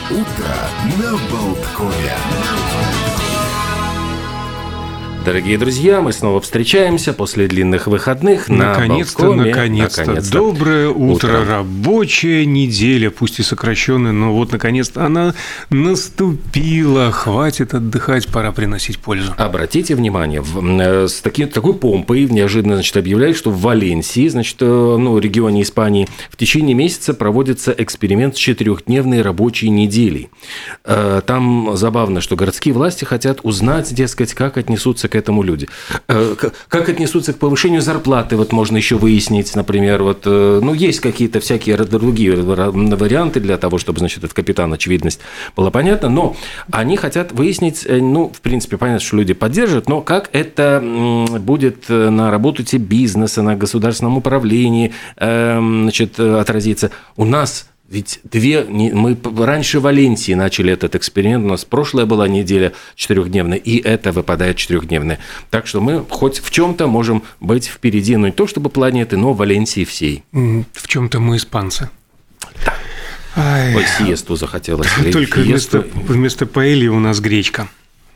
Утро на Болткове. Дорогие друзья, мы снова встречаемся после длинных выходных наконец-то. Доброе утро. Рабочая неделя, пусть и сокращенная, но вот наконец-то она наступила. Хватит отдыхать, пора приносить пользу. Обратите внимание, с такой помпой неожиданно объявляют, что в Валенсии, регионе Испании, в течение месяца проводится эксперимент с 4-дневной рабочей неделей. Там забавно, что городские власти хотят узнать, дескать, как отнесутся к этому люди. Как отнесутся к повышению зарплаты, можно еще выяснить, например, есть какие-то всякие другие варианты для того, чтобы, этот капитан очевидность была понятна, но они хотят выяснить, в принципе, понятно, что люди поддержат, но как это будет на работе бизнеса, на государственном управлении, отразится. У нас ведь мы раньше в Валенсии начали этот эксперимент, у нас прошлая была неделя 4-дневная, и это выпадает 4-дневная. Так что мы хоть в чем-то можем быть впереди, не то чтобы планеты, но Валенсии всей. В чем-то мы испанцы. Да. Ой, сиесту захотелось. Только вместо паэльи у нас гречка.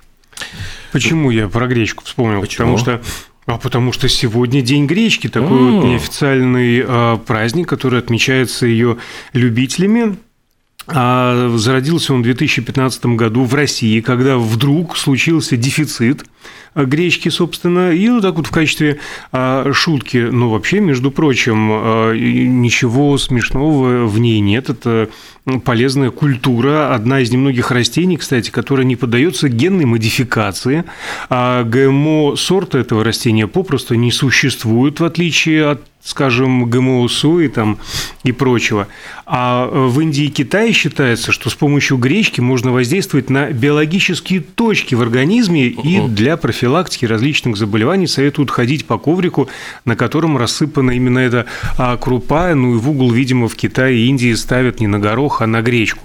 Почему я про гречку вспомнил? Почему? Потому что сегодня День гречки, такой неофициальный праздник, который отмечается ее любителями. Зародился он в 2015 году в России, когда вдруг случился дефицит гречки, собственно, и в качестве шутки, вообще, между прочим, ничего смешного в ней нет, это полезная культура, одна из немногих растений, кстати, которая не поддается генной модификации, а ГМО-сорта этого растения попросту не существует, в отличие от, скажем, ГМО сои и прочего. А в Индии и Китае считается, что с помощью гречки можно воздействовать на биологические точки в организме, и для профилактики различных заболеваний советуют ходить по коврику, на котором рассыпана именно эта крупа, и в угол, видимо, в Китае и Индии ставят не на горох, а на гречку.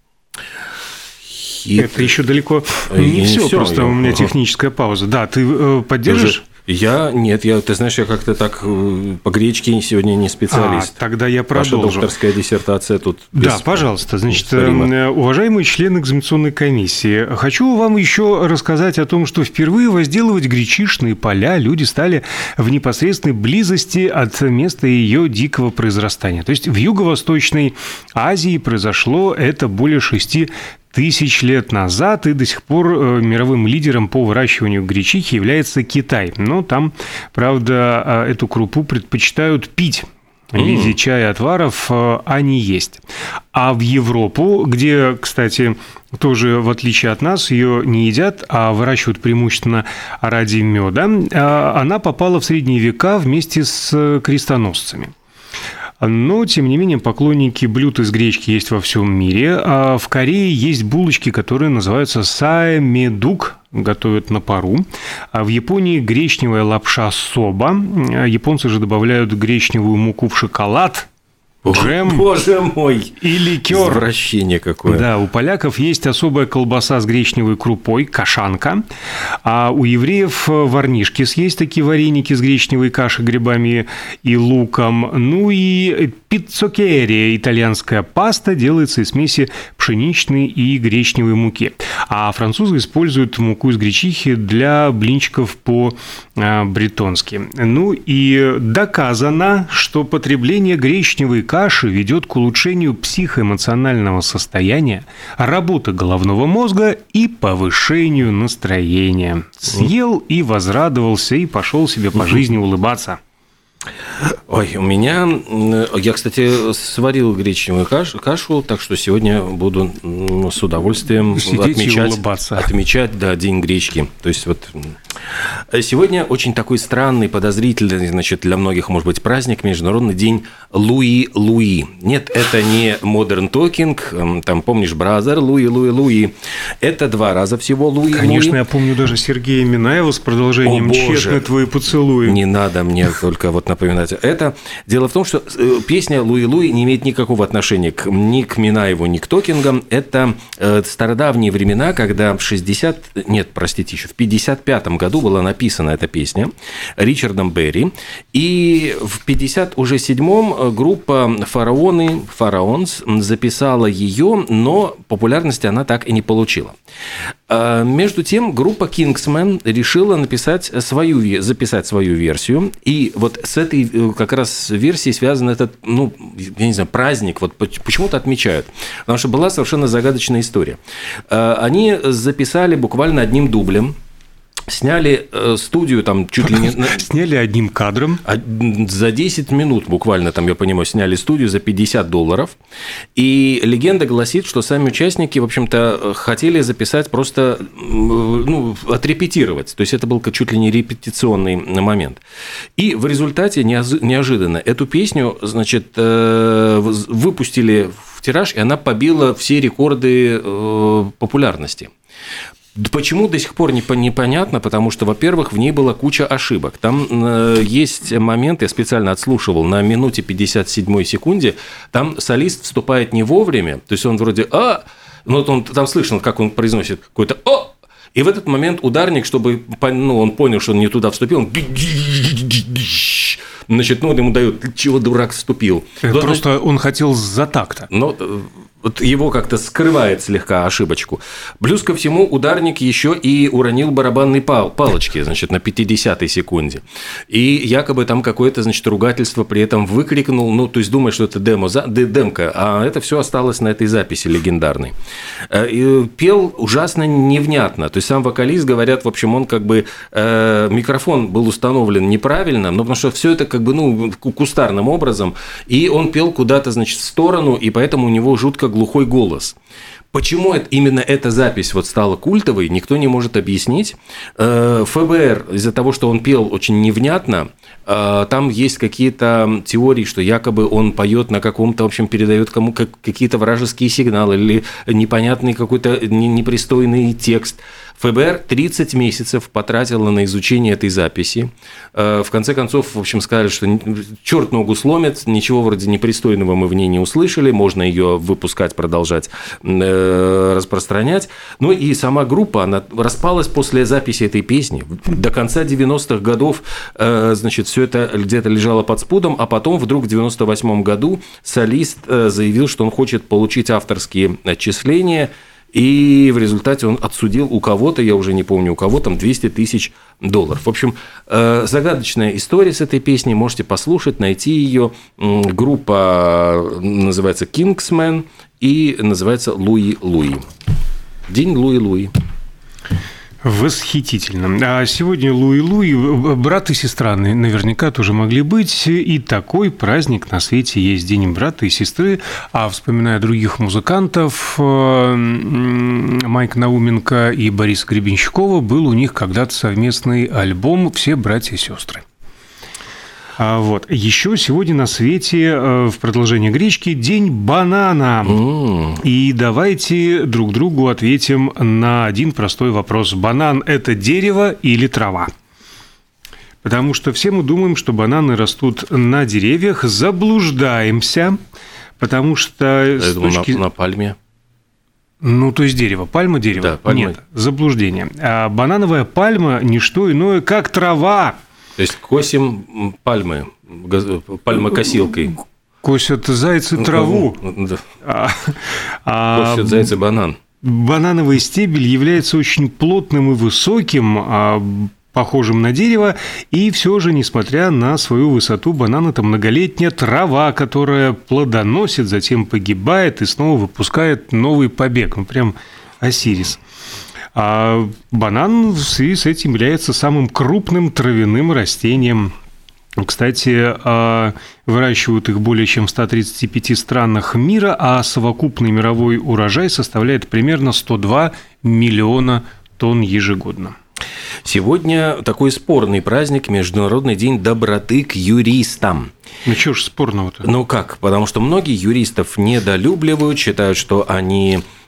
Это еще далеко не все, просто у меня техническая пауза. Да, ты поддержишь? Ты знаешь, я как-то так по гречке сегодня не специалист. Тогда я продолжу. Ваша докторская диссертация тут. Да, пожалуйста. Уважаемые члены экзаменационной комиссии, хочу вам еще рассказать о том, что впервые возделывать гречишные поля люди стали в непосредственной близости от места ее дикого произрастания. То есть в Юго-Восточной Азии произошло это более 6 тысяч лет назад, и до сих пор мировым лидером по выращиванию гречихи является Китай. Но там, правда, эту крупу предпочитают пить в виде чая, отваров, а не есть. А в Европу, где, кстати, тоже, в отличие от нас, ее не едят, а выращивают преимущественно ради меда, она попала в средние века вместе с крестоносцами. Но, тем не менее, поклонники блюд из гречки есть во всем мире. А в Корее есть булочки, которые называются саэмедук, готовят на пару. А в Японии гречневая лапша соба. Японцы же добавляют гречневую муку в шоколад, джем, боже мой, и ликер. Извращение какое. Да, у поляков есть особая колбаса с гречневой крупой, кашанка, а у евреев варнишки есть такие вареники с гречневой кашей, грибами и луком. И пиццокерия, итальянская паста, делается из смеси пшеничной и гречневой муки. А французы используют муку из гречихи для блинчиков по-бретонски. И доказано, что потребление гречневой каши ведет к улучшению психоэмоционального состояния, работы головного мозга и повышению настроения. Съел и возрадовался, и пошел себе по жизни улыбаться. Ой, я, кстати, сварил гречневую кашу, так что сегодня буду с удовольствием отмечать День гречки. То есть сегодня очень такой странный, подозрительный, для многих, может быть, праздник, Международный день Луи. Нет, это не Modern Talking, там, помнишь, Бразер, Луи. Это 2 раза всего Луи. Конечно, я помню даже Сергея Минаева с продолжением «Честны твои поцелуи». Не надо мне только напоминать это. Дело в том, что песня «Луи Луи» не имеет никакого отношения ни к Минаеву, ни к Токингам. Это стародавние времена, когда в 55 году была написана эта песня Ричардом Берри, и в 57-м группа «Фараонс» записала ее, но популярности она так и не получила. Между тем, группа «Кингсмен» решила записать свою версию, и вот с этой как раз версией связан этот, я не знаю, праздник, вот почему-то отмечают, потому что была совершенно загадочная история. Они записали буквально одним дублем, сняли студию там чуть ли не... Сняли одним кадром. За 10 минут буквально, там, я понимаю, сняли студию за $50. И легенда гласит, что сами участники, в общем-то, хотели записать просто, отрепетировать. То есть это был чуть ли не репетиционный момент. И в результате неожиданно эту песню, значит, выпустили в тираж, и она побила все рекорды популярности. Почему до сих пор непонятно, потому что, во-первых, в ней была куча ошибок. Там есть момент, я специально отслушивал, на минуте 57 секунде, там солист вступает не вовремя, то есть он вроде там слышно, как он произносит какой-то «о», и в этот момент ударник, чтобы он понял, что он не туда вступил, он значит, ему дают, чего дурак вступил. Просто он хотел за такта. Вот его как-то скрывает слегка ошибочку. Плюс ко всему ударник еще и уронил барабанные палочки, значит, на 50-й секунде. И якобы там какое-то, значит, ругательство при этом выкрикнул, то есть думает, что это демка, а это все осталось на этой записи легендарной. И пел ужасно невнятно. То есть сам вокалист, говорят, в общем, он как бы микрофон был установлен неправильно, потому что все это как бы кустарным образом, и он пел куда-то, значит, в сторону, и поэтому у него жутко глухой голос. Почему именно эта запись стала культовой, никто не может объяснить. ФБР, из-за того, что он пел очень невнятно, там есть какие-то теории, что якобы он поет на каком-то, в общем, передает кому какие-то вражеские сигналы или непонятный какой-то непристойный текст. ФБР 30 месяцев потратило на изучение этой записи. В конце концов, в общем, сказали, что черт ногу сломит, ничего вроде непристойного мы в ней не услышали, можно ее выпускать, продолжать распространять. Ну и сама группа, она распалась после записи этой песни. До конца 90-х годов, значит, все это где-то лежало под спудом, а потом вдруг в 98 году солист заявил, что он хочет получить авторские отчисления, и в результате он отсудил у кого-то, я уже не помню у кого, там $200 тысяч. В общем, загадочная история с этой песней, можете послушать, найти ее. Группа называется «Кингсмен» и называется «Луи Луи». День Луи Луи. Восхитительно. А сегодня Луи Луи, брат и сестра наверняка тоже могли быть, и такой праздник на свете есть, День брата и сестры. А вспоминая других музыкантов, Майк Науменко и Бориса Гребенщикова, был у них когда-то совместный альбом «Все братья и сестры». Вот. Еще сегодня на свете, в продолжение гречки, День банана. И давайте друг другу ответим на один простой вопрос. Банан – это дерево или трава? Потому что все мы думаем, что бананы растут на деревьях, заблуждаемся, потому что... Я думал, на пальме. То есть дерево. Пальма – дерево. Да, пальма. Нет, заблуждение. А банановая пальма – не что иное, как трава. То есть косим пальмы, пальмокосилкой. Косят зайцы траву. Косят зайцы банан. Банановый стебель является очень плотным и высоким, похожим на дерево, и все же, несмотря на свою высоту, банан – это многолетняя трава, которая плодоносит, затем погибает и снова выпускает новый побег. Прям Осирис. А банан в связи с этим является самым крупным травяным растением. Кстати, выращивают их более чем в 135 странах мира, а совокупный мировой урожай составляет примерно 102 миллиона тонн ежегодно. Сегодня такой спорный праздник – Международный день доброты к юристам. Что ж спорного-то? Как? Потому что многие юристов недолюбливают, считают, что они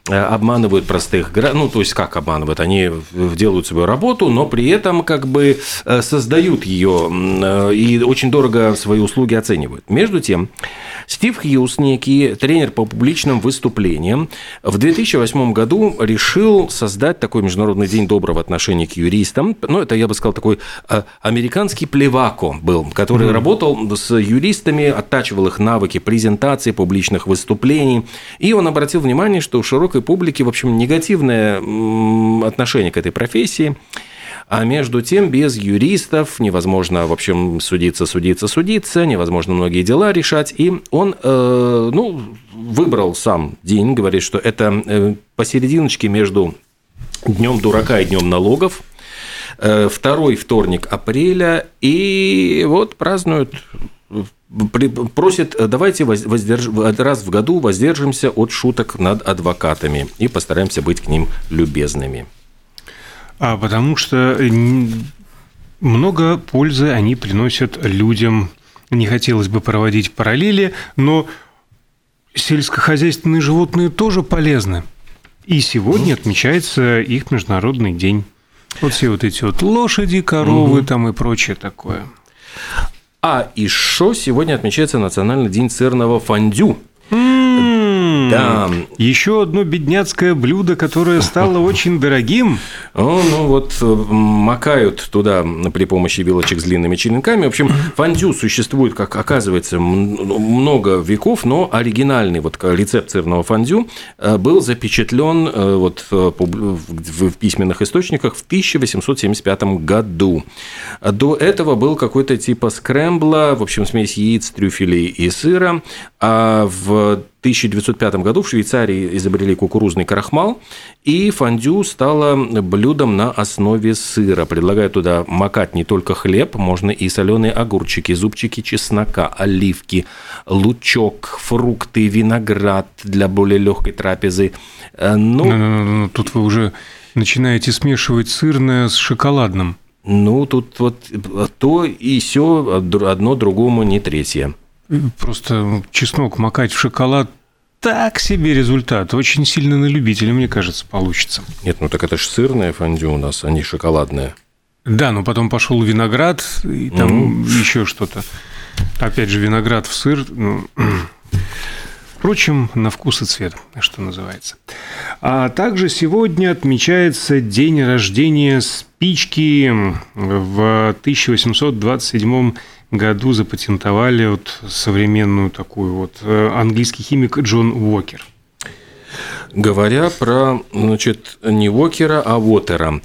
обманывают простых граждан. Ну, то есть, как обманывают? Они делают свою работу, но при этом как бы создают ее и очень дорого свои услуги оценивают. Между тем, Стив Хьюз, некий тренер по публичным выступлениям, в 2008 году решил создать такой Международный день доброго отношения к юристам. Ну, это, я бы сказал, такой американский плевако был, который работал с юристами, оттачивал их навыки презентации, публичных выступлений. И он обратил внимание, что у широкой публики, в общем, негативное отношение к этой профессии. А между тем, без юристов невозможно, в общем, судиться, невозможно многие дела решать. И он, выбрал сам день, говорит, что это посерединочке между Днем дурака и Днем налогов. Второй вторник апреля. И вот празднуют, просит, давайте раз в году воздержимся от шуток над адвокатами и постараемся быть к ним любезными. Потому что много пользы они приносят людям. Не хотелось бы проводить параллели, но сельскохозяйственные животные тоже полезны. И сегодня отмечается их Международный день. Вот все вот эти вот лошади, коровы там и прочее такое. А еще сегодня отмечается Национальный день сырного фондю. Да. Еще одно бедняцкое блюдо, которое стало очень дорогим. Макают туда при помощи вилочек с длинными черенками. В общем, фондю существует, как оказывается, много веков, но оригинальный рецепт сырного фондю был запечатлен в письменных источниках в 1875 году. До этого был какой-то типа скрэмбла, в общем, смесь яиц, трюфелей и сыра, а в 1905 году в Швейцарии изобрели кукурузный крахмал, и фондю стало блюдом на основе сыра. Предлагают туда макать не только хлеб, можно и соленые огурчики, зубчики чеснока, оливки, лучок, фрукты, виноград для более легкой трапезы. Тут вы уже начинаете смешивать сырное с шоколадным. Тут вот то и сё, одно другому не третье. Просто чеснок макать в шоколад – так себе результат. Очень сильно на любителя, мне кажется, получится. Нет, так это же сырное фондю у нас, а не шоколадное. Да, но потом пошел виноград и там еще что-то. Опять же, виноград в сыр. Впрочем, на вкус и цвет, что называется. А также сегодня отмечается день рождения спички. В 1827 году запатентовали современную такую английский химик Джон Уокер. Говоря про, не Уокера, а Уотера,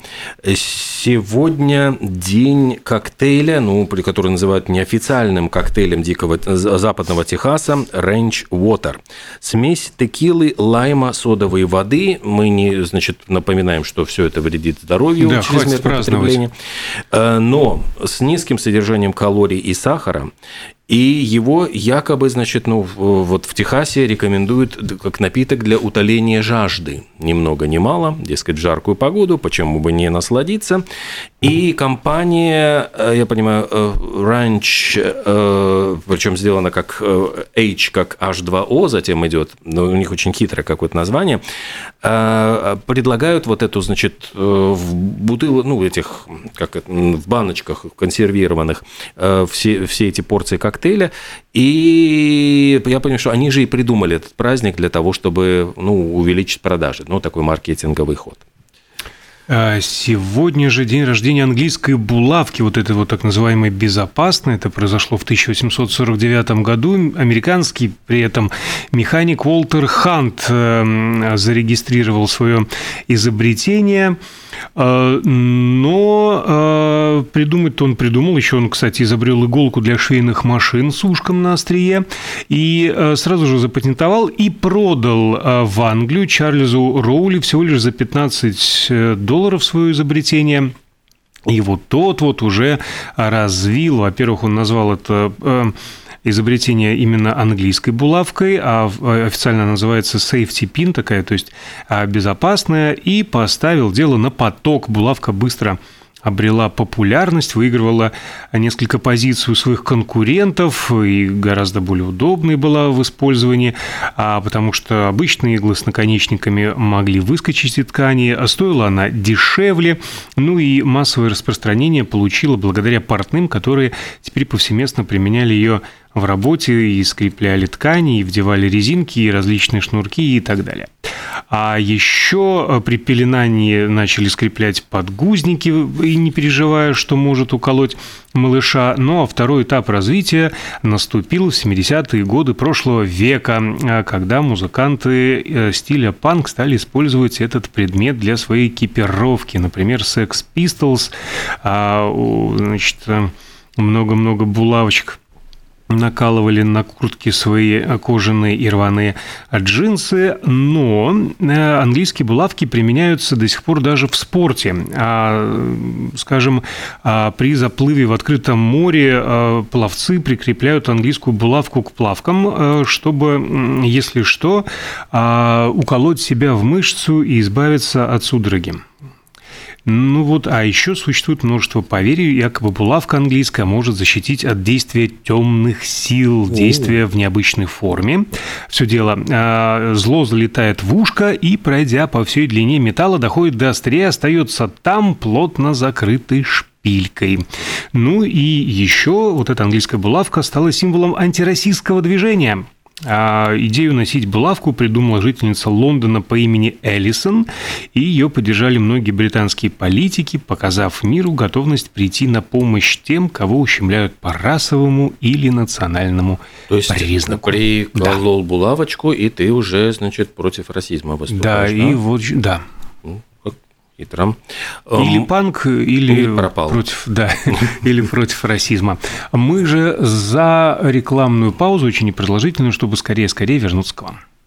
сегодня день коктейля, который называют неофициальным коктейлем дикого западного Техаса, Ranch Water. Смесь текилы, лайма, содовой воды. Мы напоминаем, что все это вредит здоровью, чрезмерное потребление. Но с низким содержанием калорий и сахара. И его якобы, в Техасе рекомендуют как напиток для утоления жажды. Ни много ни мало, дескать, в жаркую погоду, почему бы не насладиться. И компания, я понимаю, Ranch, причем сделана как H, как H2O, затем идет, но у них очень хитрое какое-то название, предлагают эту, в бутылах, в баночках консервированных все эти порции коктейля. И я понимаю, что они же и придумали этот праздник для того, чтобы увеличить продажи. Такой маркетинговый ход. Сегодня же день рождения английской булавки, этой так называемой безопасной. Это произошло в 1849 году. Американский при этом механик Уолтер Хант зарегистрировал свое изобретение. Но придумать-то он придумал. Еще он, кстати, изобрел иголку для швейных машин с ушком на острие. И сразу же запатентовал и продал в Англию Чарльзу Роули всего лишь за $15 свое изобретение. И тот уже развил. Во-первых, он назвал это изобретение именно английской булавкой, а официально называется safety pin, такая, то есть безопасная, и поставил дело на поток. Булавка быстро обрела популярность, выигрывала несколько позиций у своих конкурентов и гораздо более удобной была в использовании, потому что обычные иглы с наконечниками могли выскочить из ткани, а стоила она дешевле, ну и массовое распространение получила благодаря портным, которые теперь повсеместно применяли ее в работе и скрепляли ткани, и вдевали резинки, и различные шнурки и так далее. А еще при пеленании начали скреплять подгузники, и не переживая, что может уколоть малыша. Ну, а второй этап развития наступил в 70-е годы прошлого века, когда музыканты стиля панк стали использовать этот предмет для своей экипировки. Например, Sex Pistols, значит, много-много булавочек накалывали на куртки свои кожаные и рваные джинсы, но английские булавки применяются до сих пор даже в спорте. Скажем, при заплыве в открытом море пловцы прикрепляют английскую булавку к плавкам, чтобы, если что, уколоть себя в мышцу и избавиться от судороги. Ну вот, а еще существует множество поверий, якобы булавка английская может защитить от действия темных сил, действия в необычной форме. Все дело, зло залетает в ушко и, пройдя по всей длине металла, доходит до острия, остается там плотно закрытой шпилькой. Ну и еще вот эта английская булавка стала символом антироссийского движения. Идею носить булавку придумала жительница Лондона по имени Эллисон, и ее поддержали многие британские политики, показав миру готовность прийти на помощь тем, кого ущемляют по расовому или национальному признаку. То есть приколол булавочку, и ты уже, значит, против расизма выступаешь. Да, и вот, да. Хитром. Или панк, или пропал. Или против расизма. Мы же за рекламную паузу, очень непродолжительную, чтобы скорее вернуться к вам.